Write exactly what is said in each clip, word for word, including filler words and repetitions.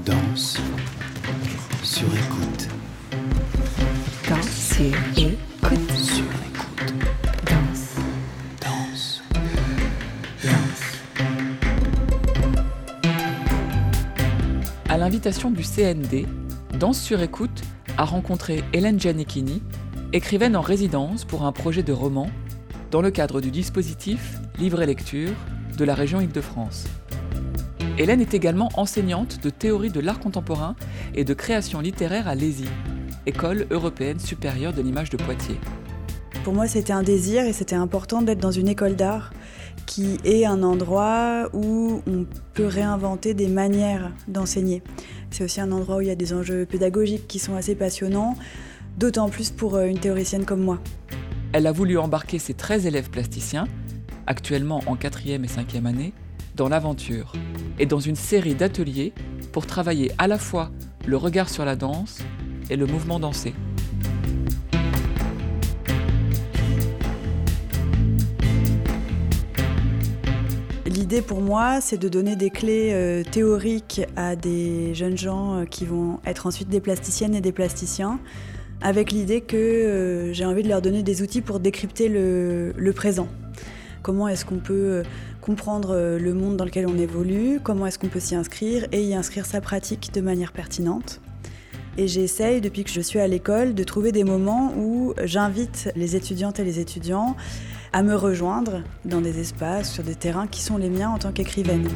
Danse sur écoute. Danse sur écoute. Sur écoute. Danse. Danse. Danse. À l'invitation du C N D, Danse sur écoute a rencontré Hélène Giannichini, écrivaine en résidence pour un projet de roman dans le cadre du dispositif Livre et Lecture de la région Île-de-France. Hélène est également enseignante de théorie de l'art contemporain et de création littéraire à l'E S I, École européenne supérieure de l'image de Poitiers. Pour moi, c'était un désir et c'était important d'être dans une école d'art qui est un endroit où on peut réinventer des manières d'enseigner. C'est aussi un endroit où il y a des enjeux pédagogiques qui sont assez passionnants, d'autant plus pour une théoricienne comme moi. Elle a voulu embarquer ses treize élèves plasticiens, actuellement en quatrième et cinquième année, dans l'aventure et dans une série d'ateliers pour travailler à la fois le regard sur la danse et le mouvement dansé. L'idée pour moi, c'est de donner des clés euh, théoriques à des jeunes gens euh, qui vont être ensuite des plasticiennes et des plasticiens, avec l'idée que euh, j'ai envie de leur donner des outils pour décrypter le, le présent. Comment est-ce qu'on peut comprendre le monde dans lequel on évolue, comment est-ce qu'on peut s'y inscrire et y inscrire sa pratique de manière pertinente. Et j'essaye, depuis que je suis à l'école, de trouver des moments où j'invite les étudiantes et les étudiants à me rejoindre dans des espaces, sur des terrains qui sont les miens en tant qu'écrivaine.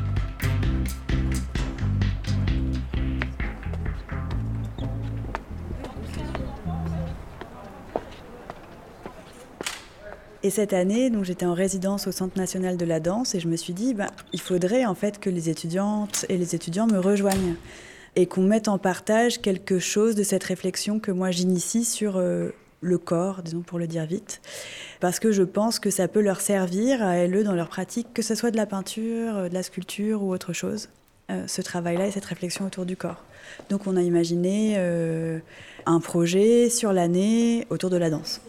Et cette année, donc, j'étais en résidence au Centre national de la danse et je me suis dit, bah, il faudrait en fait que les étudiantes et les étudiants me rejoignent et qu'on mette en partage quelque chose de cette réflexion que moi j'initie sur euh, le corps, disons pour le dire vite, parce que je pense que ça peut leur servir à elles dans leur pratique, que ce soit de la peinture, de la sculpture ou autre chose, euh, ce travail-là et cette réflexion autour du corps. Donc on a imaginé euh, un projet sur l'année autour de la danse.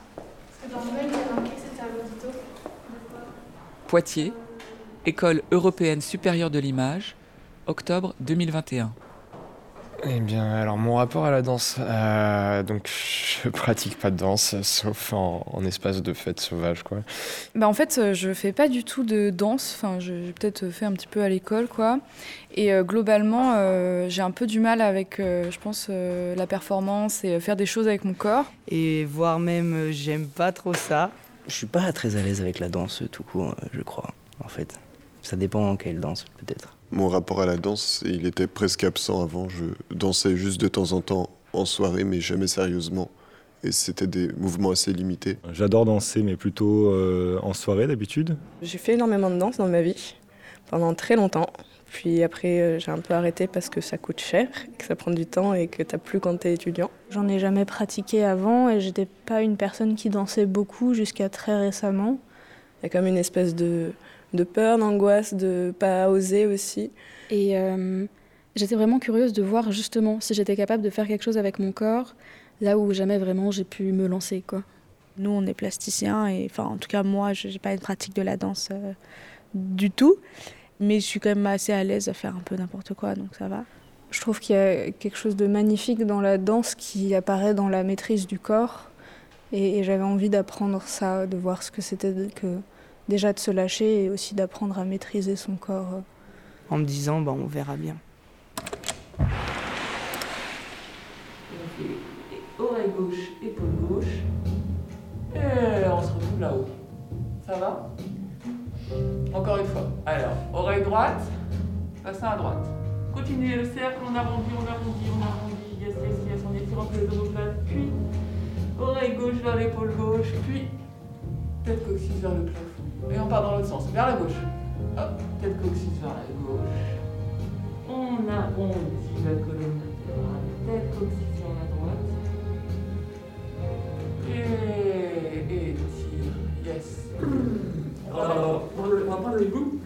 Poitiers, École européenne supérieure de l'image, octobre deux mille vingt et un. Eh bien, alors mon rapport à la danse, euh, donc je pratique pas de danse, sauf en, en espace de fête sauvage, quoi. Bah en fait, je fais pas du tout de danse. Enfin, je- j'ai peut-être fait un petit peu à l'école, quoi. Et euh, globalement, euh, j'ai un peu du mal avec, euh, je pense, euh, la performance et euh, faire des choses avec mon corps. Et voire même, euh, j'aime pas trop ça. Je suis pas très à l'aise avec la danse tout court, je crois, en fait. Ça dépend quelle danse, peut-être. Mon rapport à la danse, il était presque absent avant. Je dansais juste de temps en temps en soirée, mais jamais sérieusement. Et c'était des mouvements assez limités. J'adore danser, mais plutôt euh, en soirée d'habitude. J'ai fait énormément de danse dans ma vie, pendant très longtemps. Puis après, euh, j'ai un peu arrêté parce que ça coûte cher, que ça prend du temps et que t'as plus quand t'es étudiant. J'en ai jamais pratiqué avant et j'étais pas une personne qui dansait beaucoup jusqu'à très récemment. Il y a comme une espèce de, de peur, d'angoisse, de pas oser aussi. Et euh, j'étais vraiment curieuse de voir justement si j'étais capable de faire quelque chose avec mon corps, là où jamais vraiment j'ai pu me lancer, quoi. Nous, on est plasticiens et enfin, en tout cas, moi, je n'ai pas une pratique de la danse euh, du tout. Mais je suis quand même assez à l'aise à faire un peu n'importe quoi, donc ça va. Je trouve qu'il y a quelque chose de magnifique dans la danse qui apparaît dans la maîtrise du corps. Et, et j'avais envie d'apprendre ça, de voir ce que c'était de- que, déjà de se lâcher et aussi d'apprendre à maîtriser son corps. En me disant, bah, on verra bien. Oreille gauche, épaule gauche. Et on se retrouve là-haut. Ça va ? Encore une fois. Alors, oreille droite, bassin à droite. Continuez le cercle, on arrondit, on arrondit, on arrondit. Yes, yes, yes, on étire un peu les omoplates. Puis, oreille gauche vers l'épaule gauche. Puis, tête coccyx vers le plafond. Et on part dans l'autre sens, vers la gauche. Hop, tête coccyx vers la gauche. On arrondit la colonne latérale. Tête coccyx vers la droite. Et, et tire. Yes. Alors, on va prendre le goût.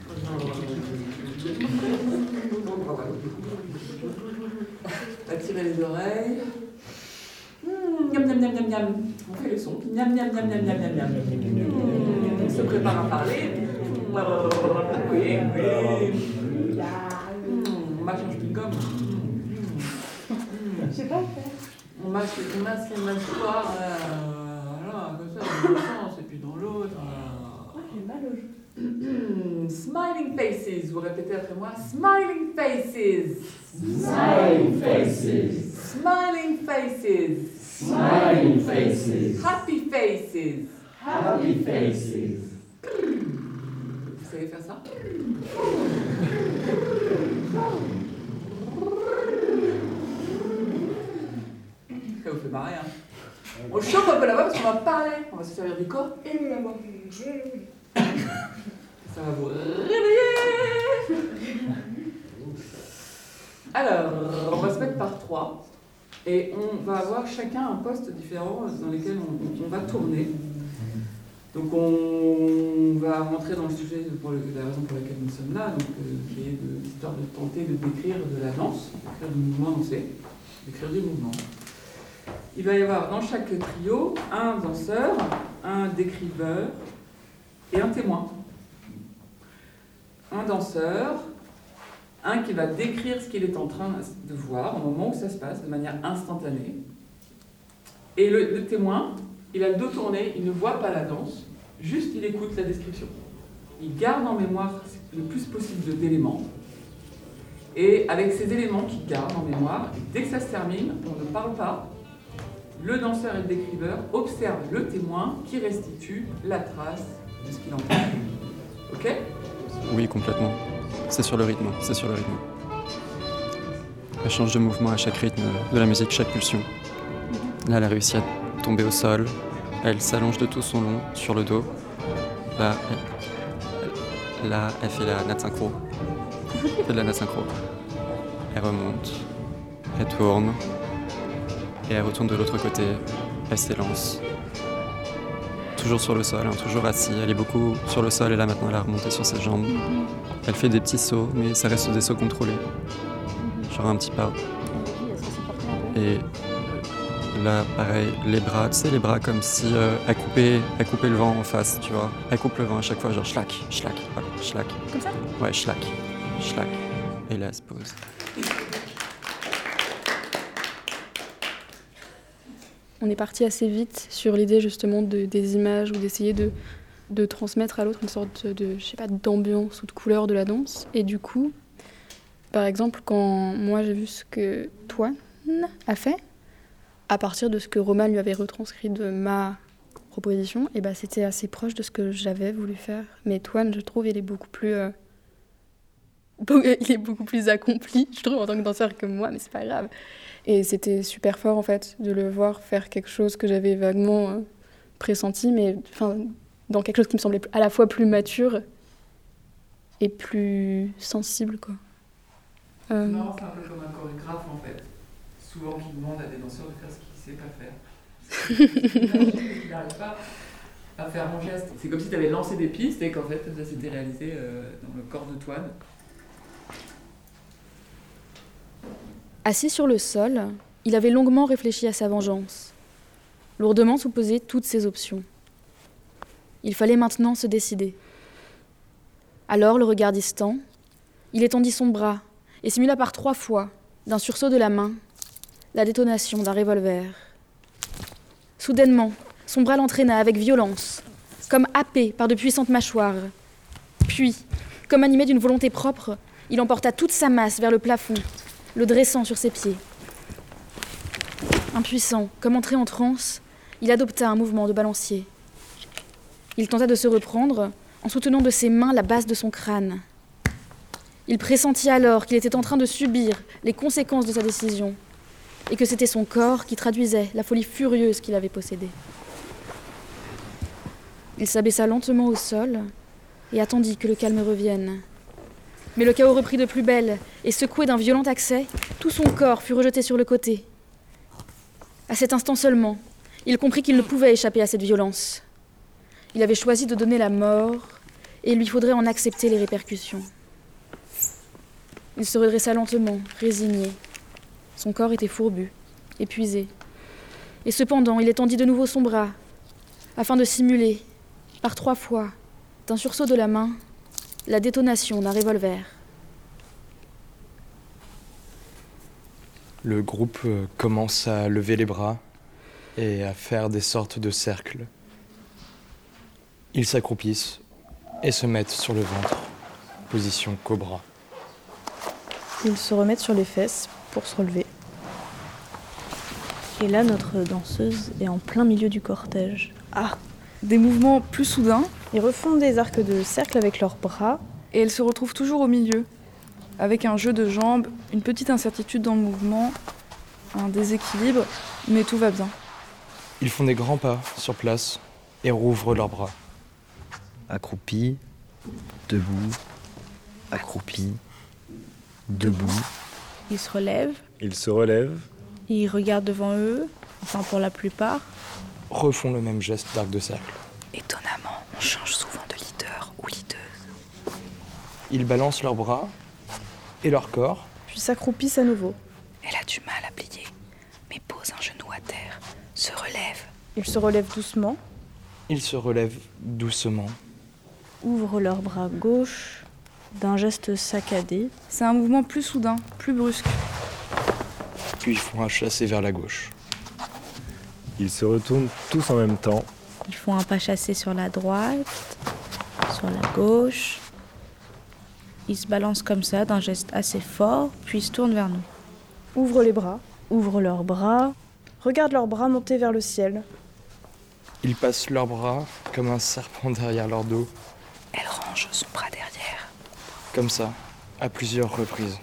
Attirez les oreilles. Mmh, Miam, miam, miam, miam, miam. On fait le son. Miam, miam, miam, miam, miam, miam, miam. Mmh, On se prépare à parler. Oui, oui. Mmh, On va changer. chewing gum. Je sais pas faire. On masque, on masque une mâchoire, euh, voilà, comme ça, dans un sens et puis dans l'autre. Euh... Oh, j'ai mal au jeu. Smiling faces, vous répétez après moi. Smiling faces. Smiling faces. Smiling faces. Smiling faces. Happy faces. Happy faces. Vous savez faire ça? Ça vous fait marrer, hein? On chauffe un peu la voix parce qu'on va parler. On va se servir du corps et de la voix. Ça va vous réveiller. Alors, on va se mettre par trois. Et on va avoir chacun un poste différent dans lequel on, on va tourner. Donc on va rentrer dans le sujet pour le, la raison pour laquelle nous sommes là, donc, euh, qui est de l'histoire de tenter de décrire de la danse, d'écrire du mouvement dansé, d'écrire du mouvement. Il va y avoir dans chaque trio un danseur, un décriveur et un témoin. Un danseur, un qui va décrire ce qu'il est en train de voir au moment où ça se passe, de manière instantanée. Et le, le témoin, il a le dos tourné, il ne voit pas la danse, juste il écoute la description. Il garde en mémoire le plus possible d'éléments. Et avec ces éléments qu'il garde en mémoire, dès que ça se termine, on ne parle pas. Le danseur et le décriveur observent le témoin qui restitue la trace de ce qu'il entend. Ok ? Oui, complètement. C'est sur le rythme, c'est sur le rythme. Elle change de mouvement à chaque rythme de la musique, chaque pulsion. Là, elle a réussi à tomber au sol. Elle s'allonge de tout son long sur le dos. Là, elle, là, elle fait la natte synchro. Elle fait de la natte synchro. Elle remonte. Elle tourne. Et elle retourne de l'autre côté. Elle s'élance. Toujours sur le sol, hein, toujours assise. Elle est beaucoup sur le sol et là maintenant elle a remonté sur ses jambes. Elle fait des petits sauts, mais ça reste des sauts contrôlés. Genre un petit pas. Et là, pareil, les bras, tu sais, les bras comme si euh, elle, coupait, elle coupait le vent en face, tu vois. Elle coupe le vent à chaque fois, genre schlack, schlack, voilà, schlack. Comme ça ? Ouais, schlack, schlack. Et là, elle se pose. On est parti assez vite sur l'idée justement de, des images ou d'essayer de, de transmettre à l'autre une sorte de, je sais pas, d'ambiance ou de couleur de la danse. Et du coup, par exemple, quand moi j'ai vu ce que Toine a fait, à partir de ce que Romain lui avait retranscrit de ma proposition, et ben c'était assez proche de ce que j'avais voulu faire. Mais Toine, je trouve, il est beaucoup plus, euh, il est beaucoup plus accompli, je trouve, en tant que danseur que moi, mais c'est pas grave. Et c'était super fort, en fait, de le voir faire quelque chose que j'avais vaguement euh, pressenti, mais dans quelque chose qui me semblait à la fois plus mature et plus sensible, quoi. Euh... Non, c'est un peu comme un chorégraphe, en fait. Souvent, qui demande à des danseurs de faire ce qu'ils ne savent pas faire. Il n'arrive pas à faire un geste. C'est comme si tu avais lancé des pistes et qu'en fait, ça s'était réalisé euh, dans le corps de Toine. Assis sur le sol, il avait longuement réfléchi à sa vengeance, lourdement supposé toutes ses options. Il fallait maintenant se décider. Alors, le regard distant, il étendit son bras et simula par trois fois, d'un sursaut de la main, la détonation d'un revolver. Soudainement, son bras l'entraîna avec violence, comme happé par de puissantes mâchoires. Puis, comme animé d'une volonté propre, il emporta toute sa masse vers le plafond, le dressant sur ses pieds. Impuissant, comme entré en transe, il adopta un mouvement de balancier. Il tenta de se reprendre en soutenant de ses mains la base de son crâne. Il pressentit alors qu'il était en train de subir les conséquences de sa décision et que c'était son corps qui traduisait la folie furieuse qu'il avait possédée. Il s'abaissa lentement au sol et attendit que le calme revienne. Mais le chaos reprit de plus belle, et secoué d'un violent accès, tout son corps fut rejeté sur le côté. À cet instant seulement, il comprit qu'il ne pouvait échapper à cette violence. Il avait choisi de donner la mort, et il lui faudrait en accepter les répercussions. Il se redressa lentement, résigné. Son corps était fourbu, épuisé. Et cependant, il étendit de nouveau son bras, afin de simuler, par trois fois, d'un sursaut de la main, la détonation d'un revolver. Le groupe euh, commence à lever les bras et à faire des sortes de cercles. Ils s'accroupissent et se mettent sur le ventre, position cobra. Ils se remettent sur les fesses pour se relever. Et là, notre danseuse est en plein milieu du cortège. Ah, des mouvements plus soudains. Ils refont des arcs de cercle avec leurs bras. Et elle se retrouve toujours au milieu, avec un jeu de jambes, une petite incertitude dans le mouvement, un déséquilibre, mais tout va bien. Ils font des grands pas sur place et rouvrent leurs bras. Accroupi, debout, accroupi, debout. Ils se relèvent, Ils se relèvent, ils regardent devant eux, enfin pour la plupart. Refont le même geste d'arc de cercle. Étonnamment, on change souvent de leader ou leadeuse. Ils balancent leurs bras et leur corps. Puis s'accroupissent à nouveau. Elle a du mal à plier, mais pose un genou à terre, se relève. Ils se relèvent doucement, Ils se relèvent doucement. ouvrent leurs bras gauche d'un geste saccadé. C'est un mouvement plus soudain, plus brusque. Puis ils font un chassé vers la gauche. ils se retournent tous en même temps. Ils font un pas chassé sur la droite, sur la gauche. Ils se balancent comme ça d'un geste assez fort, puis ils se tournent vers nous. Ouvrent les bras, ouvrent leurs bras, regardent leurs bras monter vers le ciel. Ils passent leurs bras comme un serpent derrière leur dos. Elle range son bras derrière. Comme ça, à plusieurs reprises.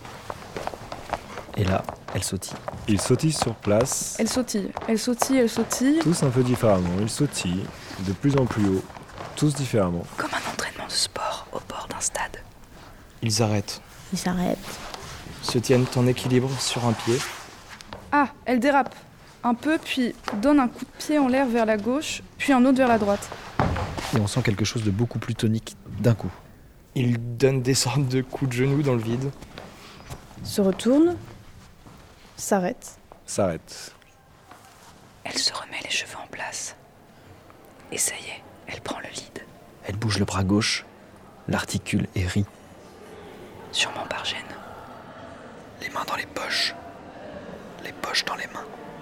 Et là, elle sautille. Ils sautillent sur place, Elle sautille, elle sautille, elle sautille. tous un peu différemment. Ils sautillent de plus en plus haut, tous différemment. Comme un entraînement de sport au bord d'un stade. Ils arrêtent, Ils s'arrêtent. se tiennent en équilibre sur un pied. Ah, elle dérape un peu, puis donne un coup de pied en l'air vers la gauche, puis un autre vers la droite. Et on sent quelque chose de beaucoup plus tonique d'un coup. Ils donnent des sortes de coups de genoux dans le vide. Se retournent, s'arrêtent. S'arrête. Elle se remet les cheveux en place. Et ça y est, elle prend le lead. Elle bouge le bras gauche, l'articule et rit. Sûrement par gêne. Les mains dans les poches. Les poches dans les mains.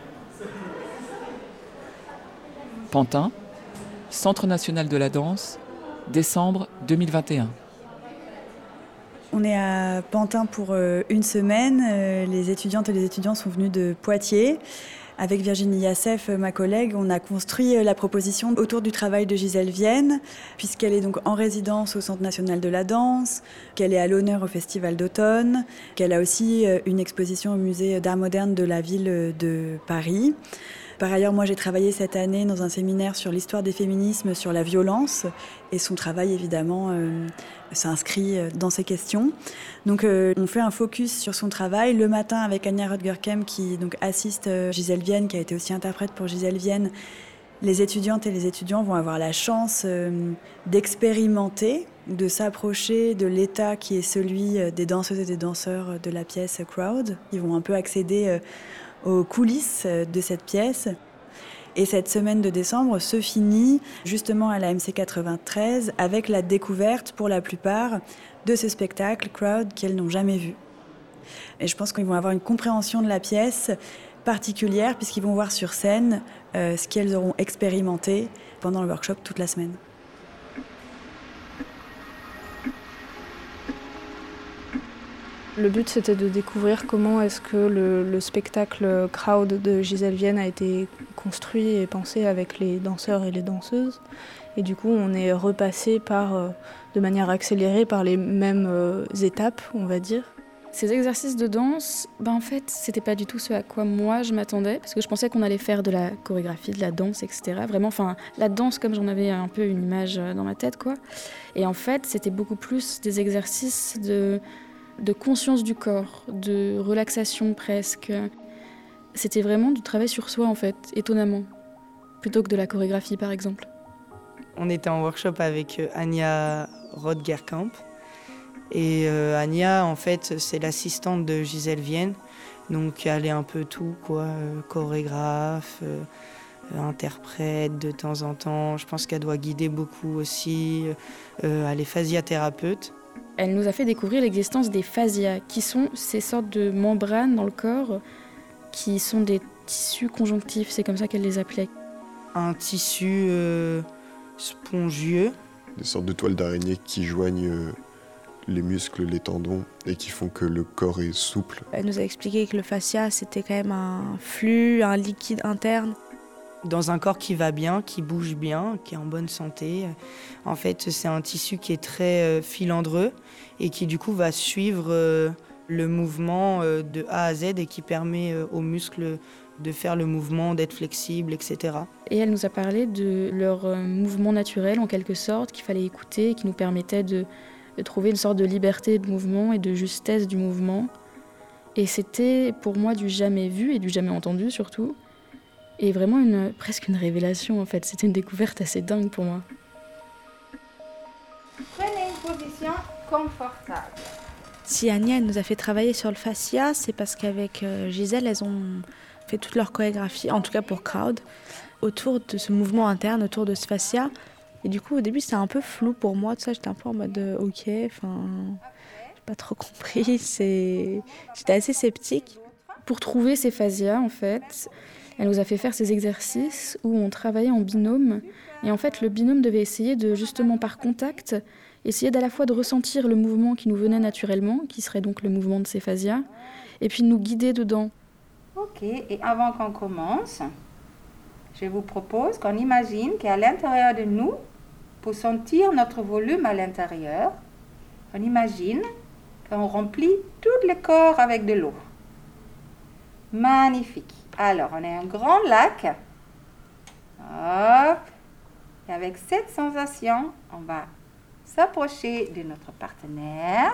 Pantin, Centre national de la danse, décembre deux mille vingt et un. On est à Pantin pour euh, une semaine. Euh, les étudiantes et les étudiants sont venus de Poitiers. Avec Virginie Yassef, ma collègue, on a construit la proposition autour du travail de Gisèle Vienne, puisqu'elle est donc en résidence au Centre national de la danse, qu'elle est à l'honneur au Festival d'automne, qu'elle a aussi une exposition au musée d'art moderne de la ville de Paris. Par ailleurs, moi, j'ai travaillé cette année dans un séminaire sur l'histoire des féminismes, sur la violence, et son travail, évidemment, euh, s'inscrit dans ces questions. Donc, euh, on fait un focus sur son travail le matin avec Anya Rodgerkem, qui donc assiste euh, Gisèle Vienne, qui a été aussi interprète pour Gisèle Vienne. Les étudiantes et les étudiants vont avoir la chance euh, d'expérimenter, de s'approcher de l'état qui est celui des danseuses et des danseurs de la pièce Crowd. Ils vont un peu accéder euh, aux coulisses de cette pièce. Et cette semaine de décembre se finit justement à la M C quatre-vingt-treize avec la découverte, pour la plupart, de ce spectacle Crowd qu'elles n'ont jamais vu. Et je pense qu'ils vont avoir une compréhension de la pièce particulière puisqu'ils vont voir sur scène euh, ce qu'elles auront expérimenté pendant le workshop toute la semaine. Le but, c'était de découvrir comment est-ce que le, le spectacle Crowd de Gisèle Vienne a été construit et pensé avec les danseurs et les danseuses. Et du coup, on est repassé par, de manière accélérée par les mêmes euh, étapes, on va dire. Ces exercices de danse, ben en fait, c'était pas du tout ce à quoi moi je m'attendais, parce que je pensais qu'on allait faire de la chorégraphie, de la danse, et cetera. Vraiment, enfin, la danse comme j'en avais un peu une image dans ma tête, quoi. Et en fait, c'était beaucoup plus des exercices de... de conscience du corps, de relaxation presque. C'était vraiment du travail sur soi en fait, étonnamment, plutôt que de la chorégraphie par exemple. On était en workshop avec Anya Rodgerkamp et euh, Anya en fait c'est l'assistante de Gisèle Vienne, donc elle est un peu tout quoi, euh, chorégraphe, euh, interprète de temps en temps. Je pense qu'elle doit guider beaucoup aussi. Euh, elle est fasciathérapeute. Elle nous a fait découvrir l'existence des fascias, qui sont ces sortes de membranes dans le corps, qui sont des tissus conjonctifs, c'est comme ça qu'elle les appelait. Un tissu euh, spongieux. Des sortes de toiles d'araignée qui joignent euh, les muscles, les tendons et qui font que le corps est souple. Elle nous a expliqué que le fascia, c'était quand même un flux, un liquide interne. Dans un corps qui va bien, qui bouge bien, qui est en bonne santé. En fait, c'est un tissu qui est très euh, filandreux et qui du coup va suivre euh, le mouvement euh, de A à Z et qui permet euh, aux muscles de faire le mouvement, d'être flexible, et cetera. Et elle nous a parlé de leur euh, mouvement naturel en quelque sorte, qu'il fallait écouter, qui nous permettait de, de trouver une sorte de liberté de mouvement et de justesse du mouvement. Et c'était pour moi du jamais vu et du jamais entendu surtout. Et vraiment une, presque une révélation en fait, c'était une découverte assez dingue pour moi. Prenez une position confortable. Si Anya nous a fait travailler sur le fascia, c'est parce qu'avec euh, Gisèle, elles ont fait toute leur chorégraphie, en tout cas pour Crowd, autour de ce mouvement interne, autour de ce fascia. Et du coup, au début, c'était un peu flou pour moi, tout ça, j'étais un peu en mode euh, ok, enfin, j'ai pas trop compris, c'est... j'étais assez sceptique. Pour trouver ces fascias, en fait, elle nous a fait faire ces exercices où on travaillait en binôme. Et en fait, le binôme devait essayer de, justement par contact, essayer d'à la fois de ressentir le mouvement qui nous venait naturellement, qui serait donc le mouvement de ces fascias, et puis de nous guider dedans. Ok, et avant qu'on commence, je vous propose qu'on imagine qu'à l'intérieur de nous, pour sentir notre volume à l'intérieur, on imagine qu'on remplit tout le corps avec de l'eau. Magnifique. Alors, on a un grand lac. Hop. Et avec cette sensation, on va s'approcher de notre partenaire.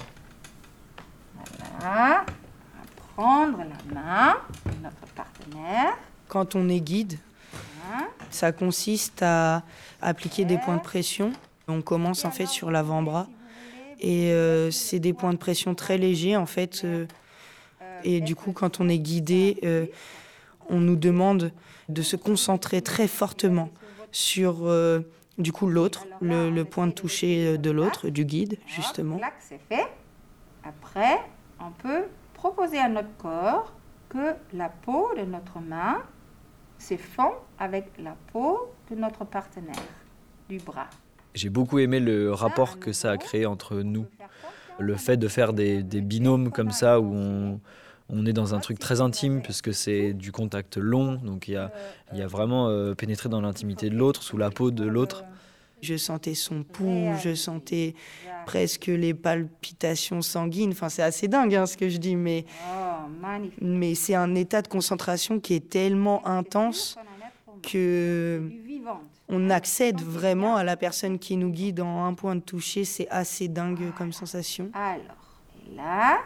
Voilà. On va prendre la main de notre partenaire. Quand on est guide, ça consiste à appliquer des points de pression. On commence en fait sur l'avant-bras. Et euh, c'est des points de pression très légers en fait. Euh, et du coup, quand on est guidé, euh, on nous demande de se concentrer très fortement sur euh, du coup l'autre, le, le point de toucher de l'autre, du guide justement. Là, c'est fait. Après, on peut proposer à notre corps que la peau de notre main se fond avec la peau de notre partenaire, du bras. J'ai beaucoup aimé le rapport que ça a créé entre nous. Le fait de faire des, des binômes comme ça où on, on est dans un truc très intime puisque c'est du contact long, donc il y a, il y a vraiment euh, pénétré dans l'intimité de l'autre, sous la peau de l'autre. Je sentais son pouls, je sentais presque les palpitations sanguines. Enfin, c'est assez dingue hein, ce que je dis, mais, mais c'est un état de concentration qui est tellement intense que on accède vraiment à la personne qui nous guide en un point de toucher. C'est assez dingue comme sensation. Alors, et là,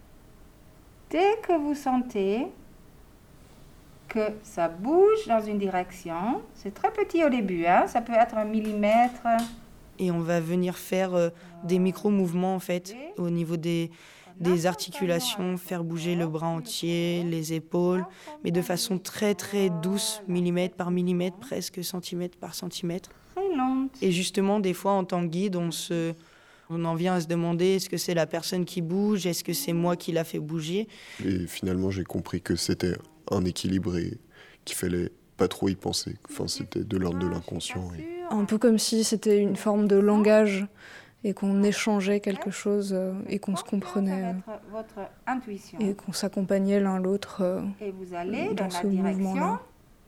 dès que vous sentez que ça bouge dans une direction, c'est très petit au début, hein, ça peut être un millimètre. Et on va venir faire euh, des micro-mouvements en fait, au niveau des, des articulations, faire bouger le bras entier, les épaules, mais de façon très très douce, millimètre par millimètre, presque centimètre par centimètre. Très lente. Et justement, des fois en tant que guide, on, se, on en vient à se demander est-ce que c'est la personne qui bouge, est-ce que c'est moi qui la fait bouger. Et finalement, j'ai compris que c'était un équilibre et qu'il fallait pas trop y penser. Enfin, c'était de l'ordre de l'inconscient. Et... Un peu comme si c'était une forme de langage et qu'on échangeait quelque chose et qu'on se comprenait votre intuition. Et qu'on s'accompagnait l'un l'autre et vous allez dans, dans ce la direction mouvement-là.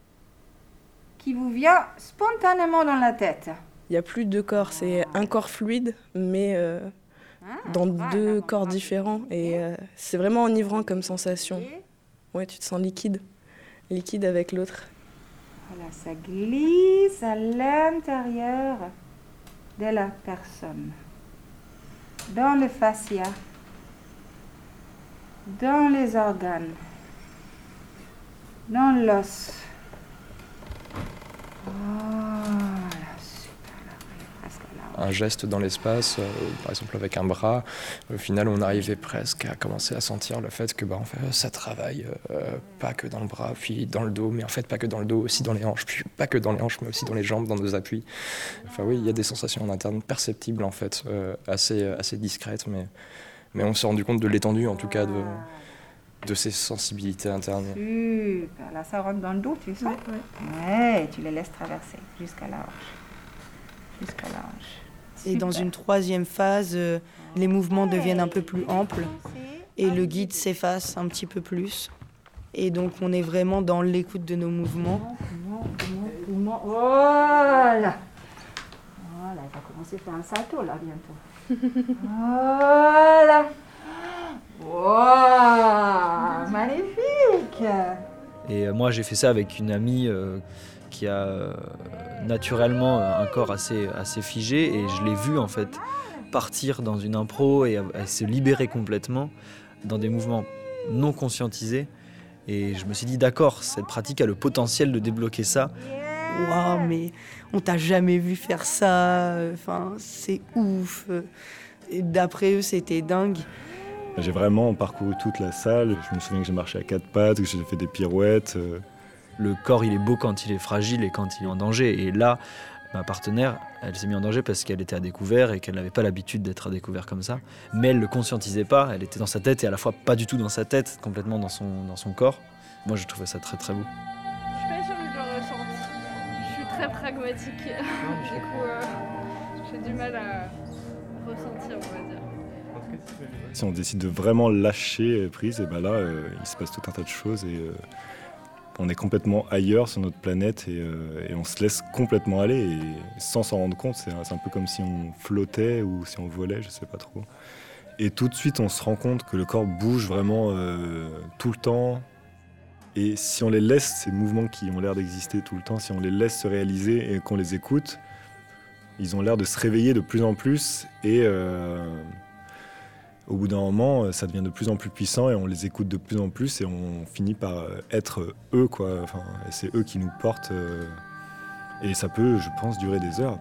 Qui vous vient spontanément dans la tête. Il n'y a plus deux corps, c'est un corps fluide, mais euh, dans deux corps différents. Et euh, c'est vraiment enivrant comme sensation. Ouais, tu te sens liquide, liquide avec l'autre. Voilà, ça glisse à l'intérieur de la personne, dans le fascia, dans les organes, dans l'os. Voilà, super, là, presque là, un geste dans l'espace, euh, par exemple avec un bras. Au final, on arrivait presque à commencer à sentir le fait que bah, en fait, ça travaille euh, pas que dans le bras, puis dans le dos, mais en fait pas que dans le dos, aussi dans les hanches, puis pas que dans les hanches, mais aussi dans les jambes, dans nos appuis. Enfin oui, il y a des sensations en interne perceptibles en fait, euh, assez, assez discrètes, mais, mais on s'est rendu compte de l'étendue en tout cas de, de ces sensibilités internes. Super, là ça rentre dans le dos, tu sens ? Ouais, ouais. Et tu les laisses traverser jusqu'à la hanche. Jusqu'à la hanche. Et dans une troisième phase, euh, les mouvements deviennent un peu plus amples et le guide s'efface un petit peu plus. Et donc on est vraiment dans l'écoute de nos mouvements. Voilà. Voilà, il va commencer à faire un salto là bientôt. Voilà. Wow, magnifique. Et moi j'ai fait ça avec une amie euh, qui a euh, naturellement un corps assez, assez figé et je l'ai vue en fait partir dans une impro et, et se libérer complètement dans des mouvements non conscientisés. Et je me suis dit d'accord, cette pratique a le potentiel de débloquer ça. Waouh, mais on t'a jamais vu faire ça, enfin c'est ouf. Et d'après eux c'était dingue. J'ai vraiment parcouru toute la salle, je me souviens que j'ai marché à quatre pattes, que j'ai fait des pirouettes. Le corps il est beau quand il est fragile et quand il est en danger. Et là, ma partenaire, elle s'est mise en danger parce qu'elle était à découvert et qu'elle n'avait pas l'habitude d'être à découvert comme ça. Mais elle ne le conscientisait pas, elle était dans sa tête et à la fois pas du tout dans sa tête, complètement dans son, dans son corps. Moi je trouvais ça très très beau. Je suis pas sûre que je le ressente. Je suis très pragmatique. Du coup, euh, j'ai du mal à ressentir, on va dire. Si on décide de vraiment lâcher prise, et ben là, euh, il se passe tout un tas de choses et euh, on est complètement ailleurs sur notre planète et, euh, et on se laisse complètement aller et sans s'en rendre compte. C'est un, c'est un peu comme si on flottait ou si on volait, je sais pas trop. Et tout de suite, on se rend compte que le corps bouge vraiment euh, tout le temps. Et si on les laisse, ces mouvements qui ont l'air d'exister tout le temps, si on les laisse se réaliser et qu'on les écoute, ils ont l'air de se réveiller de plus en plus et euh, au bout d'un moment, ça devient de plus en plus puissant et on les écoute de plus en plus et on finit par être eux, quoi. Enfin, et c'est eux qui nous portent euh, et ça peut, je pense, durer des heures.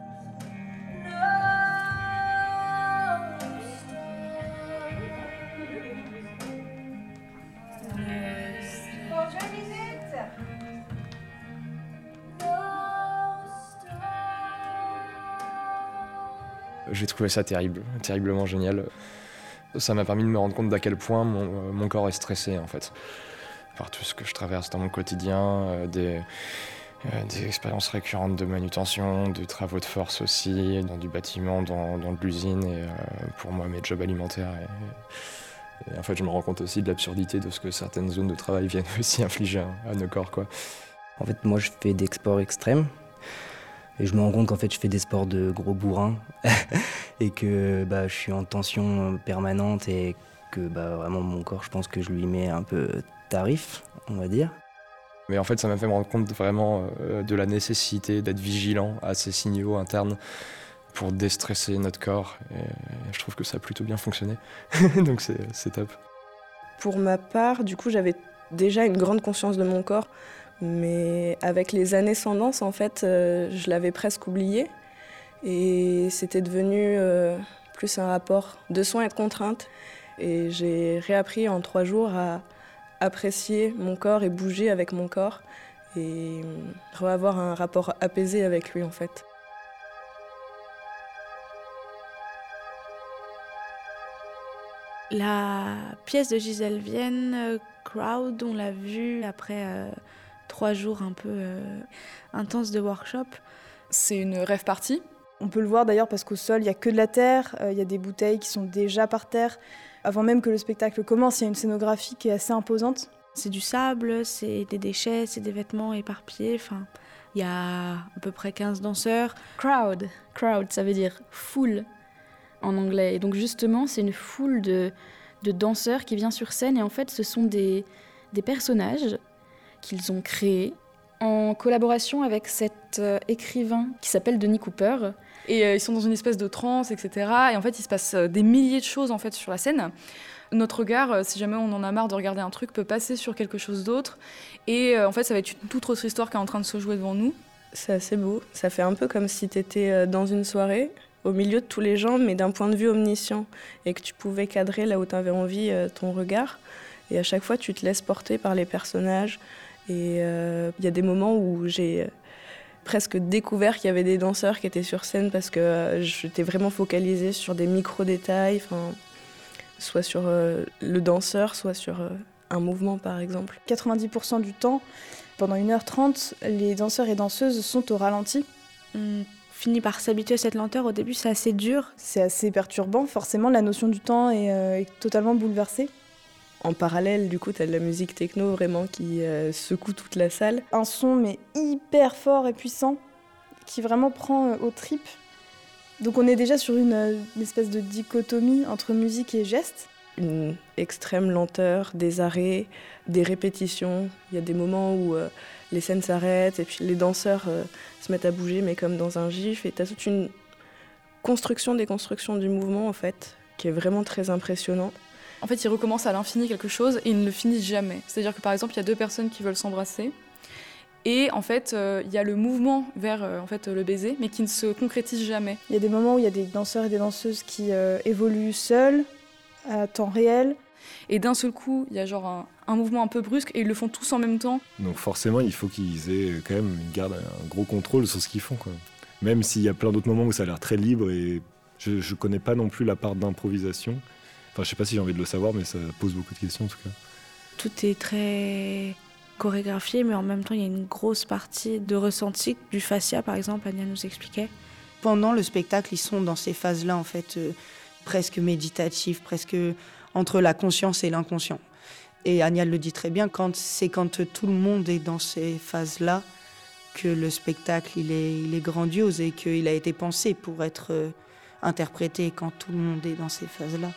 J'ai trouvé ça terrible, terriblement génial. Ça m'a permis de me rendre compte d'à quel point mon, mon corps est stressé en fait. Par tout ce que je traverse dans mon quotidien, euh, des, euh, des expériences récurrentes de manutention, de travaux de force aussi, dans du bâtiment, dans, dans de l'usine et euh, pour moi mes jobs alimentaires. Et, et en fait je me rends compte aussi de l'absurdité de ce que certaines zones de travail viennent aussi infliger à, à nos corps, quoi. En fait moi je fais des sports extrêmes. Et je me rends compte qu'en fait je fais des sports de gros bourrins et que bah, je suis en tension permanente et que bah, vraiment mon corps, je pense que je lui mets un peu tarif, on va dire. Mais en fait ça m'a fait me rendre compte vraiment euh, de la nécessité d'être vigilant à ces signaux internes pour déstresser notre corps. Et je trouve que ça a plutôt bien fonctionné, donc c'est, c'est top. Pour ma part, du coup j'avais déjà une grande conscience de mon corps. Mais avec les années sans danse, en fait, euh, je l'avais presque oublié. Et c'était devenu euh, plus un rapport de soins et de contraintes. Et j'ai réappris en trois jours à apprécier mon corps et bouger avec mon corps. Et avoir un rapport apaisé avec lui, en fait. La pièce de Gisèle Vienne, euh, Crowd, on l'a vue après... Euh trois jours un peu euh, intenses de workshop. C'est une rave party. On peut le voir d'ailleurs parce qu'au sol, il n'y a que de la terre, il euh, y a des bouteilles qui sont déjà par terre. Avant même que le spectacle commence, il y a une scénographie qui est assez imposante. C'est du sable, c'est des déchets, c'est des vêtements éparpillés. Enfin, il y a à peu près quinze danseurs. Crowd, crowd, ça veut dire foule en anglais. Et donc justement, c'est une foule de, de danseurs qui vient sur scène. Et en fait, ce sont des, des personnages qu'ils ont créé en collaboration avec cet euh, écrivain qui s'appelle Denis Cooper. Et euh, ils sont dans une espèce de transe, et cetera. Et en fait, il se passe euh, des milliers de choses en fait, sur la scène. Notre regard, euh, si jamais on en a marre de regarder un truc, peut passer sur quelque chose d'autre. Et euh, en fait, ça va être une toute autre histoire qui est en train de se jouer devant nous. C'est assez beau. Ça fait un peu comme si tu étais dans une soirée, au milieu de tous les gens, mais d'un point de vue omniscient, et que tu pouvais cadrer là où tu avais envie euh, ton regard. Et à chaque fois, tu te laisses porter par les personnages. Et il euh, y a des moments où j'ai presque découvert qu'il y avait des danseurs qui étaient sur scène parce que euh, j'étais vraiment focalisée sur des micro-détails, soit sur euh, le danseur, soit sur euh, un mouvement par exemple. quatre-vingt-dix pour cent du temps, pendant une heure trente, les danseurs et danseuses sont au ralenti. On finit par s'habituer à cette lenteur. Au début, c'est assez dur. C'est assez perturbant. Forcément, la notion du temps est, euh, est totalement bouleversée. En parallèle, du coup, t'as de la musique techno vraiment qui euh, secoue toute la salle. Un son mais hyper fort et puissant qui vraiment prend euh, aux tripes. Donc on est déjà sur une, euh, une espèce de dichotomie entre musique et geste. Une extrême lenteur, des arrêts, des répétitions. Il y a des moments où euh, les scènes s'arrêtent et puis les danseurs euh, se mettent à bouger mais comme dans un gif. Et t'as toute une construction, déconstruction du mouvement en fait, qui est vraiment très impressionnant. En fait, ils recommencent à l'infini quelque chose et ils ne le finissent jamais. C'est-à-dire que par exemple, il y a deux personnes qui veulent s'embrasser et en fait, euh, il y a le mouvement vers euh, en fait, le baiser, mais qui ne se concrétise jamais. Il y a des moments où il y a des danseurs et des danseuses qui euh, évoluent seuls, à temps réel. Et d'un seul coup, il y a genre un, un mouvement un peu brusque et ils le font tous en même temps. Donc forcément, il faut qu'ils aient quand même une garde, un gros contrôle sur ce qu'ils font, quoi. Même s'il y a plein d'autres moments où ça a l'air très libre et je ne connais pas non plus la part d'improvisation. Enfin, je sais pas si j'ai envie de le savoir, mais ça pose beaucoup de questions en tout cas. Tout est très chorégraphié, mais en même temps, il y a une grosse partie de ressenti du fascia, par exemple, Anya nous expliquait. Pendant le spectacle, ils sont dans ces phases-là, en fait, euh, presque méditatives, presque entre la conscience et l'inconscient. Et Anya le dit très bien, quand, c'est quand tout le monde est dans ces phases-là que le spectacle il est, il est grandiose et qu'il a été pensé pour être euh, interprété quand tout le monde est dans ces phases-là.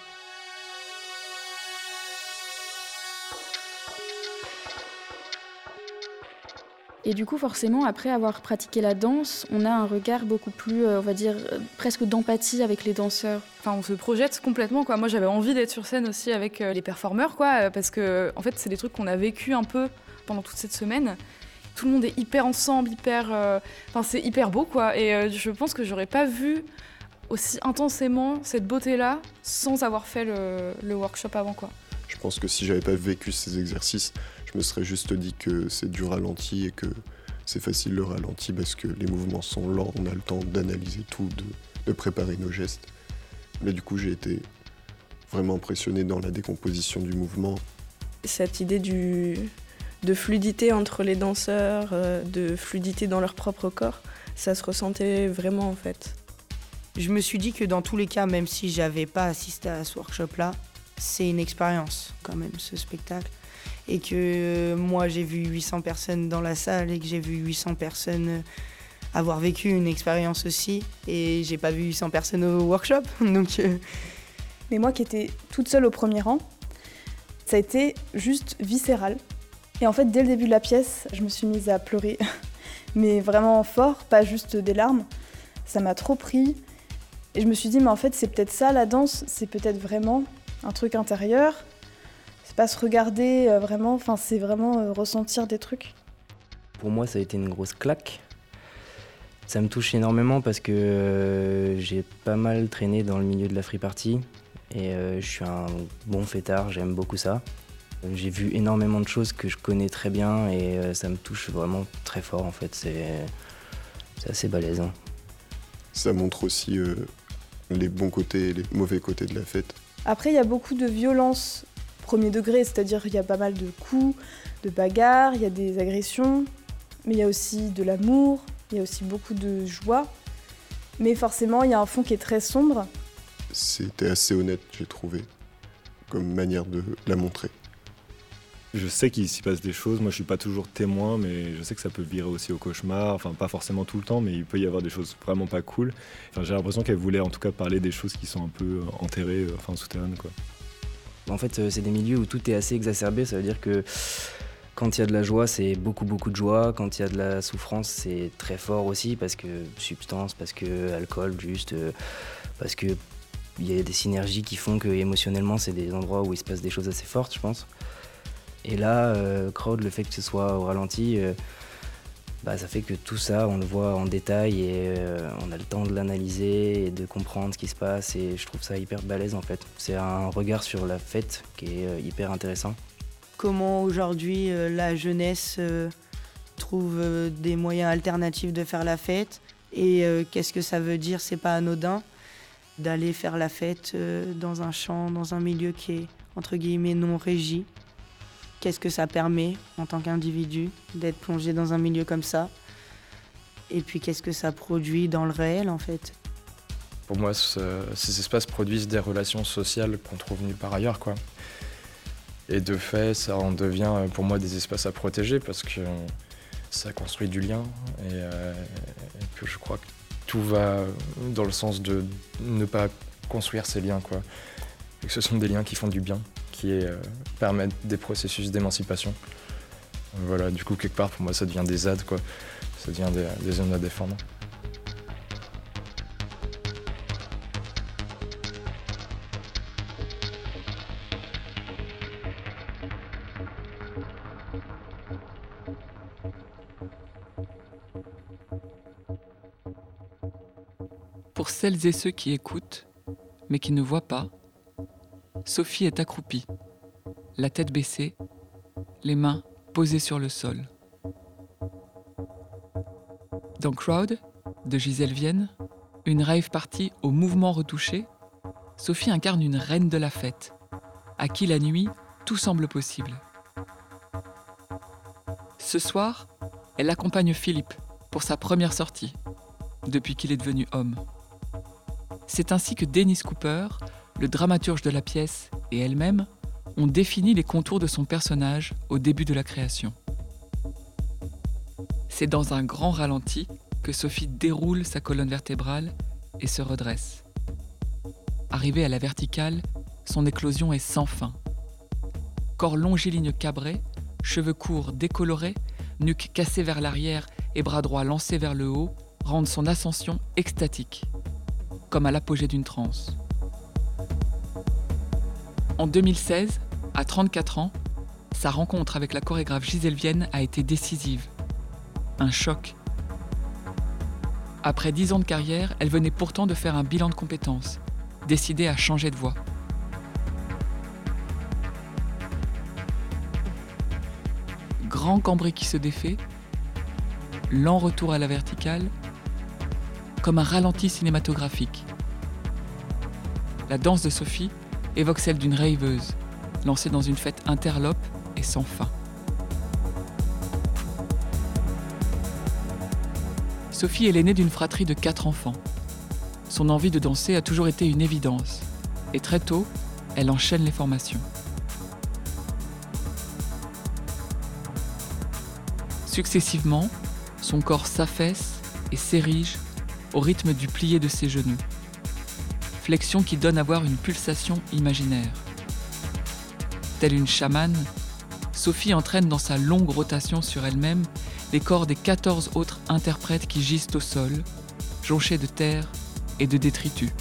Et du coup, forcément, après avoir pratiqué la danse, on a un regard beaucoup plus, euh, on va dire, euh, presque d'empathie avec les danseurs. Enfin, on se projette complètement, quoi. Moi, j'avais envie d'être sur scène aussi avec euh, les performeurs, quoi, euh, parce que, en fait, c'est des trucs qu'on a vécu un peu pendant toute cette semaine. Tout le monde est hyper ensemble, hyper... Euh... Enfin, c'est hyper beau, quoi. Et euh, je pense que j'aurais pas vu aussi intensément cette beauté-là sans avoir fait le, le workshop avant, quoi. Je pense que si j'avais pas vécu ces exercices, je me serais juste dit que c'est du ralenti et que c'est facile le ralenti parce que les mouvements sont lents, on a le temps d'analyser tout, de, de préparer nos gestes. Mais du coup, j'ai été vraiment impressionné dans la décomposition du mouvement. Cette idée du, de fluidité entre les danseurs, euh, de fluidité dans leur propre corps, ça se ressentait vraiment en fait. Je me suis dit que dans tous les cas, même si j'avais pas assisté à ce workshop-là, c'est une expérience quand même, ce spectacle. Et que euh, moi, j'ai vu huit cents personnes dans la salle et que j'ai vu huit cents personnes euh, avoir vécu une expérience aussi. Et j'ai pas vu huit cents personnes au workshop. Donc, euh... Mais moi qui étais toute seule au premier rang, ça a été juste viscéral. Et en fait, dès le début de la pièce, je me suis mise à pleurer. Mais vraiment fort, pas juste des larmes. Ça m'a trop pris. Et je me suis dit, mais en fait, c'est peut-être ça la danse, c'est peut-être vraiment un truc intérieur. C'est pas se regarder euh, vraiment, enfin c'est vraiment euh, ressentir des trucs. Pour moi, ça a été une grosse claque. Ça me touche énormément parce que euh, j'ai pas mal traîné dans le milieu de la free party et euh, je suis un bon fêtard, j'aime beaucoup ça. J'ai vu énormément de choses que je connais très bien et euh, ça me touche vraiment très fort en fait, c'est, c'est assez balèze. Hein. Ça montre aussi euh, les bons côtés et les mauvais côtés de la fête. Après, il y a beaucoup de violence premier degré, c'est-à-dire qu'il y a pas mal de coups, de bagarres, il y a des agressions, mais il y a aussi de l'amour, il y a aussi beaucoup de joie. Mais forcément, il y a un fond qui est très sombre. C'était assez honnête, j'ai trouvé, comme manière de la montrer. Je sais qu'il s'y passe des choses, moi je suis pas toujours témoin, mais je sais que ça peut virer aussi au cauchemar, enfin pas forcément tout le temps, mais il peut y avoir des choses vraiment pas cool. Enfin, j'ai l'impression qu'elle voulait en tout cas parler des choses qui sont un peu enterrées, enfin souterraines quoi. En fait, c'est des milieux où tout est assez exacerbé, ça veut dire que quand il y a de la joie, c'est beaucoup beaucoup de joie, quand il y a de la souffrance, c'est très fort aussi, parce que substance, parce que alcool, juste, parce que il y a des synergies qui font que émotionnellement, c'est des endroits où il se passe des choses assez fortes, je pense. Et là, euh, Crowd, le fait que ce soit au ralenti, euh, bah, ça fait que tout ça, on le voit en détail et euh, on a le temps de l'analyser et de comprendre ce qui se passe et je trouve ça hyper balèze en fait. C'est un regard sur la fête qui est euh, hyper intéressant. Comment aujourd'hui euh, la jeunesse euh, trouve euh, des moyens alternatifs de faire la fête et euh, qu'est-ce que ça veut dire, c'est pas anodin d'aller faire la fête euh, dans un champ, dans un milieu qui est entre guillemets non régi. Qu'est-ce que ça permet en tant qu'individu d'être plongé dans un milieu comme ça? Et puis qu'est-ce que ça produit dans le réel en fait? Pour moi, ce, ces espaces produisent des relations sociales qu'on trouve nulle part ailleurs, quoi. Et de fait, ça en devient pour moi des espaces à protéger parce que ça construit du lien et, euh, et que je crois que tout va dans le sens de ne pas construire ces liens, quoi. Et que ce sont des liens qui font du bien, qui euh, permettent des processus d'émancipation. Voilà, du coup, quelque part, pour moi, ça devient des Z A D, quoi. Ça devient des, des zones à défendre. Pour celles et ceux qui écoutent, mais qui ne voient pas, Sophie est accroupie, la tête baissée, les mains posées sur le sol. Dans Crowd, de Gisèle Vienne, une rave party au mouvement retouché, Sophie incarne une reine de la fête, à qui la nuit, tout semble possible. Ce soir, elle accompagne Philippe pour sa première sortie, depuis qu'il est devenu homme. C'est ainsi que Dennis Cooper, le dramaturge de la pièce, et elle-même ont défini les contours de son personnage au début de la création. C'est dans un grand ralenti que Sophie déroule sa colonne vertébrale et se redresse. Arrivée à la verticale, son éclosion est sans fin. Corps longiligne cabré, cheveux courts décolorés, nuque cassée vers l'arrière et bras droits lancés vers le haut rendent son ascension extatique, comme à l'apogée d'une transe. En deux mille seize, à trente-quatre ans, sa rencontre avec la chorégraphe Gisèle Vienne a été décisive. Un choc. Après dix ans de carrière, elle venait pourtant de faire un bilan de compétences, décidée à changer de voie. Grand cambré qui se défait, lent retour à la verticale, comme un ralenti cinématographique. La danse de Sophie évoque celle d'une raveuse, lancée dans une fête interlope et sans fin. Sophie est l'aînée d'une fratrie de quatre enfants. Son envie de danser a toujours été une évidence, et très tôt, elle enchaîne les formations. Successivement, son corps s'affaisse et s'érige au rythme du plié de ses genoux. Flexion qui donne à voir une pulsation imaginaire. Telle une chamane, Sophie entraîne dans sa longue rotation sur elle-même les corps des quatorze autres interprètes qui gisent au sol, jonchés de terre et de détritus.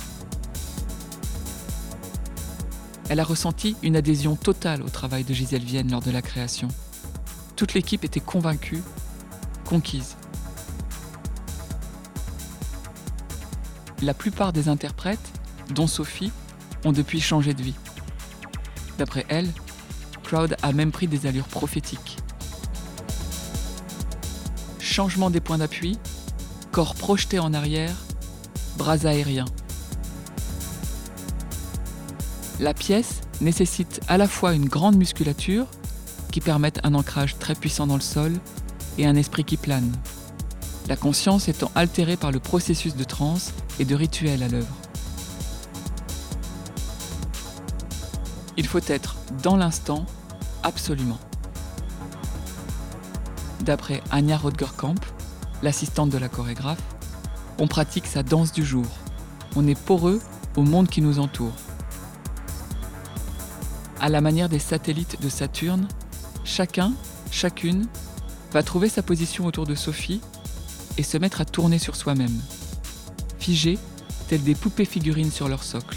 Elle a ressenti une adhésion totale au travail de Gisèle Vienne lors de la création. Toute l'équipe était convaincue, conquise. La plupart des interprètes, dont Sophie, ont depuis changé de vie. D'après elle, Crowd a même pris des allures prophétiques. Changement des points d'appui, corps projeté en arrière, bras aériens. La pièce nécessite à la fois une grande musculature, qui permette un ancrage très puissant dans le sol, et un esprit qui plane. La conscience étant altérée par le processus de transe et de rituel à l'œuvre. Il faut être dans l'instant, absolument. D'après Anya Rodgerkamp, l'assistante de la chorégraphe, on pratique sa danse du jour. On est poreux au monde qui nous entoure. À la manière des satellites de Saturne, chacun, chacune, va trouver sa position autour de Sophie et se mettre à tourner sur soi-même, figés tels des poupées figurines sur leur socle.